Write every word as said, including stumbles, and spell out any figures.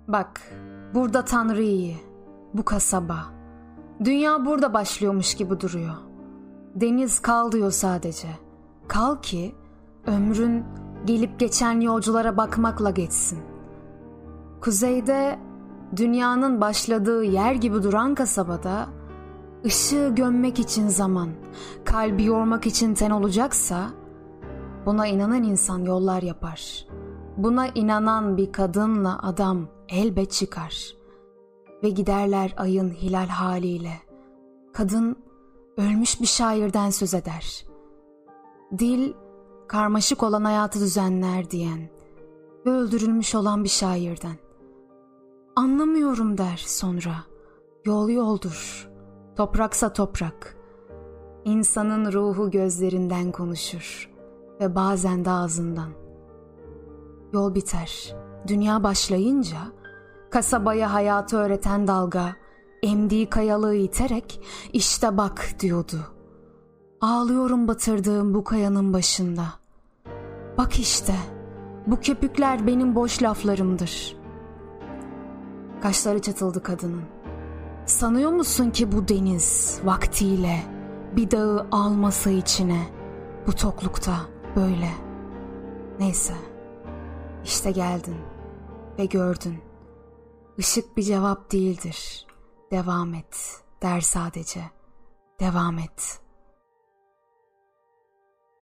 Bak, burada Tanrı iyi, bu kasaba. Dünya burada başlıyormuş gibi duruyor. Deniz kal diyor sadece. Kal ki ömrün gelip geçen yolculara bakmakla geçsin. Kuzeyde dünyanın başladığı yer gibi duran kasabada ışığı gömmek için zaman, kalbi yormak için ten olacaksa buna inanan insan yollar yapar. Buna inanan bir kadınla adam elbet çıkar. Ve giderler ayın hilal haliyle. Kadın ölmüş bir şairden söz eder. Dil karmaşık olan hayatı düzenler diyen ve öldürülmüş olan bir şairden. Anlamıyorum der sonra. Yol yoldur, topraksa toprak. İnsanın ruhu gözlerinden konuşur ve bazen de ağzından. Yol biter, dünya başlayınca kasabaya hayatı öğreten dalga emdiği kayalığı iterek işte bak diyordu. Ağlıyorum batırdığım bu kayanın başında. Bak işte, bu köpükler benim boş laflarımdır. Kaşları çatıldı kadının. Sanıyor musun ki bu deniz vaktiyle bir dağı almasa içine, bu toklukta böyle? Neyse, işte geldin ve gördün. Işık bir cevap değildir. Devam et der sadece. Devam et.